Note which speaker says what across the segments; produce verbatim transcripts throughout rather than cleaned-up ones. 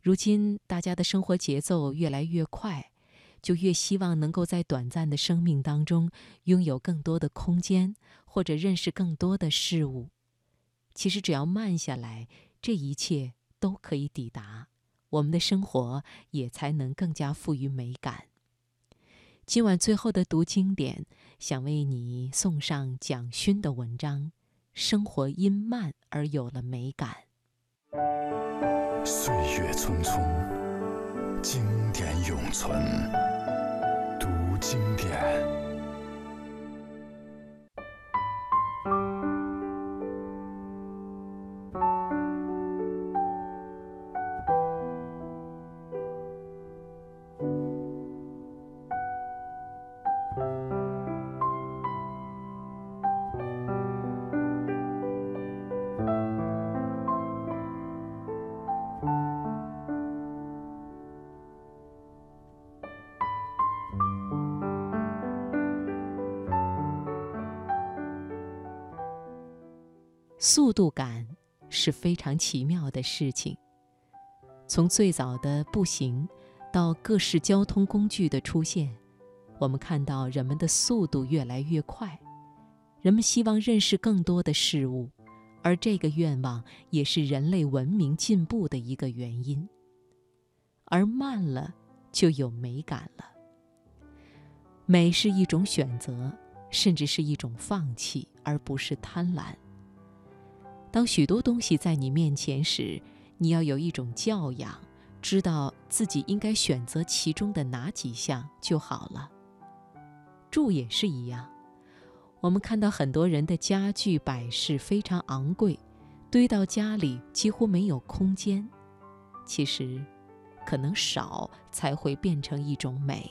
Speaker 1: 如今大家的生活节奏越来越快，就越希望能够在短暂的生命当中拥有更多的空间，或者认识更多的事物。其实只要慢下来，这一切都可以抵达，我们的生活也才能更加富于美感。今晚最后的读经典，想为你送上蒋勋的文章《生活因慢而有了美感》。
Speaker 2: 岁月匆匆，经典永存。读经典。
Speaker 1: 速度感是非常奇妙的事情。从最早的步行到各式交通工具的出现，我们看到人们的速度越来越快，人们希望认识更多的事物，而这个愿望也是人类文明进步的一个原因。而慢了，就有美感了。美是一种选择，甚至是一种放弃，而不是贪婪。当许多东西在你面前时，你要有一种教养，知道自己应该选择其中的哪几项就好了。住也是一样，我们看到很多人的家具摆饰非常昂贵，堆到家里几乎没有空间。其实，可能少才会变成一种美。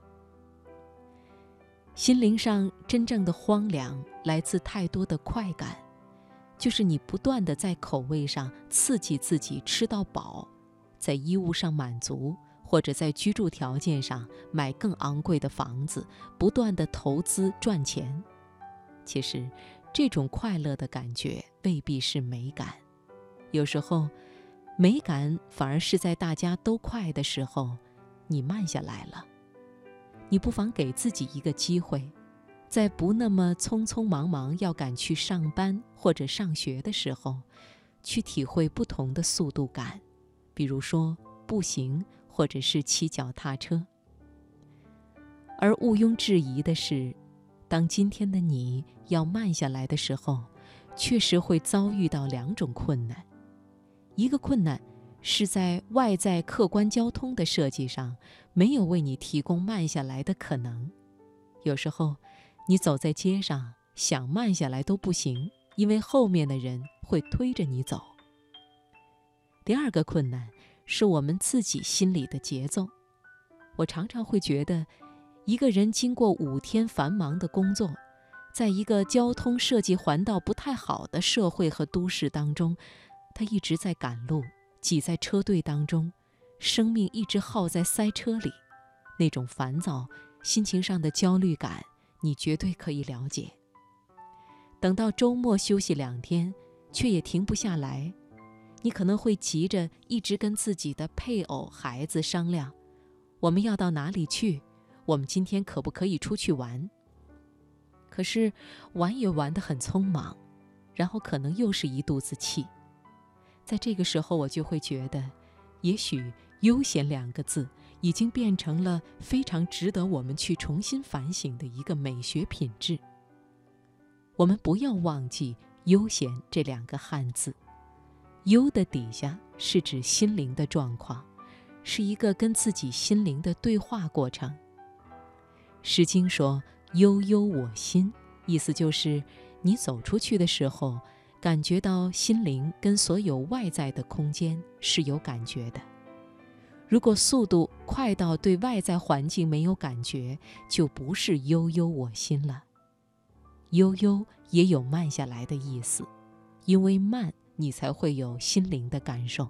Speaker 1: 心灵上真正的荒凉，来自太多的快感。就是你不断地在口味上刺激自己吃到饱，在衣物上满足，或者在居住条件上买更昂贵的房子，不断地投资赚钱。其实这种快乐的感觉未必是美感，有时候美感反而是在大家都快的时候，你慢下来了。你不妨给自己一个机会，在不那么匆匆忙忙要赶去上班或者上学的时候，去体会不同的速度感，比如说步行或者是骑脚踏车。而毋庸置疑的是，当今天的你要慢下来的时候，确实会遭遇到两种困难。一个困难是在外在客观交通的设计上，没有为你提供慢下来的可能。有时候你走在街上，想慢下来都不行，因为后面的人会推着你走。第二个困难是我们自己心里的节奏。我常常会觉得，一个人经过五天繁忙的工作，在一个交通设计环道不太好的社会和都市当中，他一直在赶路，挤在车队当中，生命一直耗在塞车里，那种烦躁，心情上的焦虑感，你绝对可以了解。等到周末休息两天，却也停不下来，你可能会急着一直跟自己的配偶、孩子商量，我们要到哪里去？我们今天可不可以出去玩？可是玩也玩得很匆忙，然后可能又是一肚子气。在这个时候，我就会觉得，也许悠闲两个字已经变成了非常值得我们去重新反省的一个美学品质。我们不要忘记悠闲这两个汉字，忧的底下是指心灵的状况，是一个跟自己心灵的对话过程。诗经说悠悠我心，意思就是你走出去的时候，感觉到心灵跟所有外在的空间是有感觉的。如果速度快到对外在环境没有感觉，就不是悠悠我心了。悠悠也有慢下来的意思，因为慢，你才会有心灵的感受。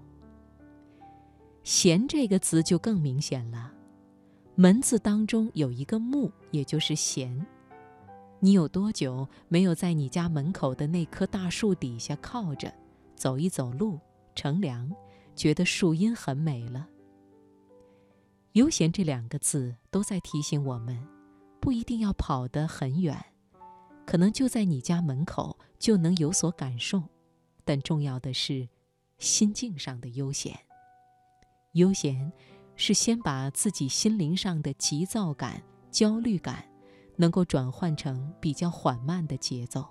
Speaker 1: 闲这个词就更明显了，门字当中有一个木，也就是闲。你有多久没有在你家门口的那棵大树底下靠着，走一走路，乘凉， 觉得树荫很美了。悠闲这两个字都在提醒我们，不一定要跑得很远，可能就在你家门口就能有所感受，但重要的是心境上的悠闲。悠闲是先把自己心灵上的急躁感、焦虑感能够转换成比较缓慢的节奏。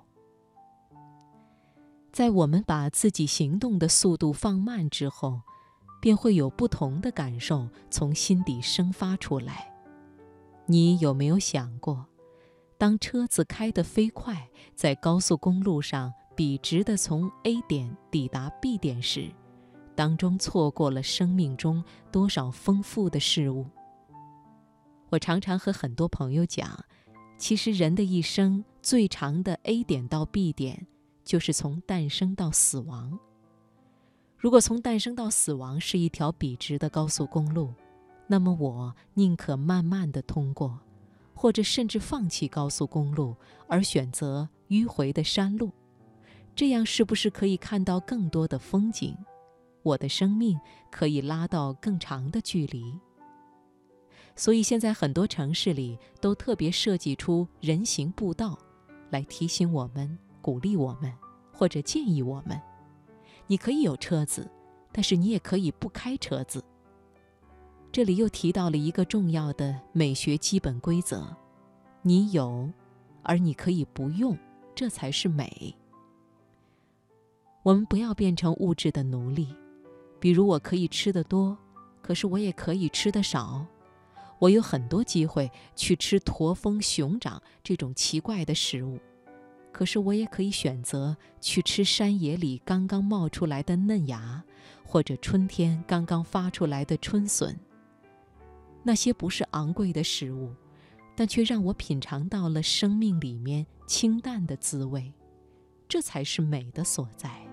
Speaker 1: 在我们把自己行动的速度放慢之后，便会有不同的感受从心底生发出来。你有没有想过，当车子开得飞快，在高速公路上笔直地从 A 点抵达 B 点时，当中错过了生命中多少丰富的事物？我常常和很多朋友讲，其实人的一生最长的 A 点到 B 点，就是从诞生到死亡。如果从诞生到死亡是一条笔直的高速公路，那么我宁可慢慢地通过，或者甚至放弃高速公路，而选择迂回的山路。这样是不是可以看到更多的风景？我的生命可以拉到更长的距离。所以现在很多城市里都特别设计出人行步道，来提醒我们、鼓励我们，或者建议我们，你可以有车子，但是你也可以不开车子。这里又提到了一个重要的美学基本规则，你有，而你可以不用，这才是美。我们不要变成物质的奴隶，比如我可以吃得多，可是我也可以吃得少。我有很多机会去吃驼峰、熊掌这种奇怪的食物，可是我也可以选择去吃山野里刚刚冒出来的嫩芽，或者春天刚刚发出来的春笋。那些不是昂贵的食物，但却让我品尝到了生命里面清淡的滋味，这才是美的所在。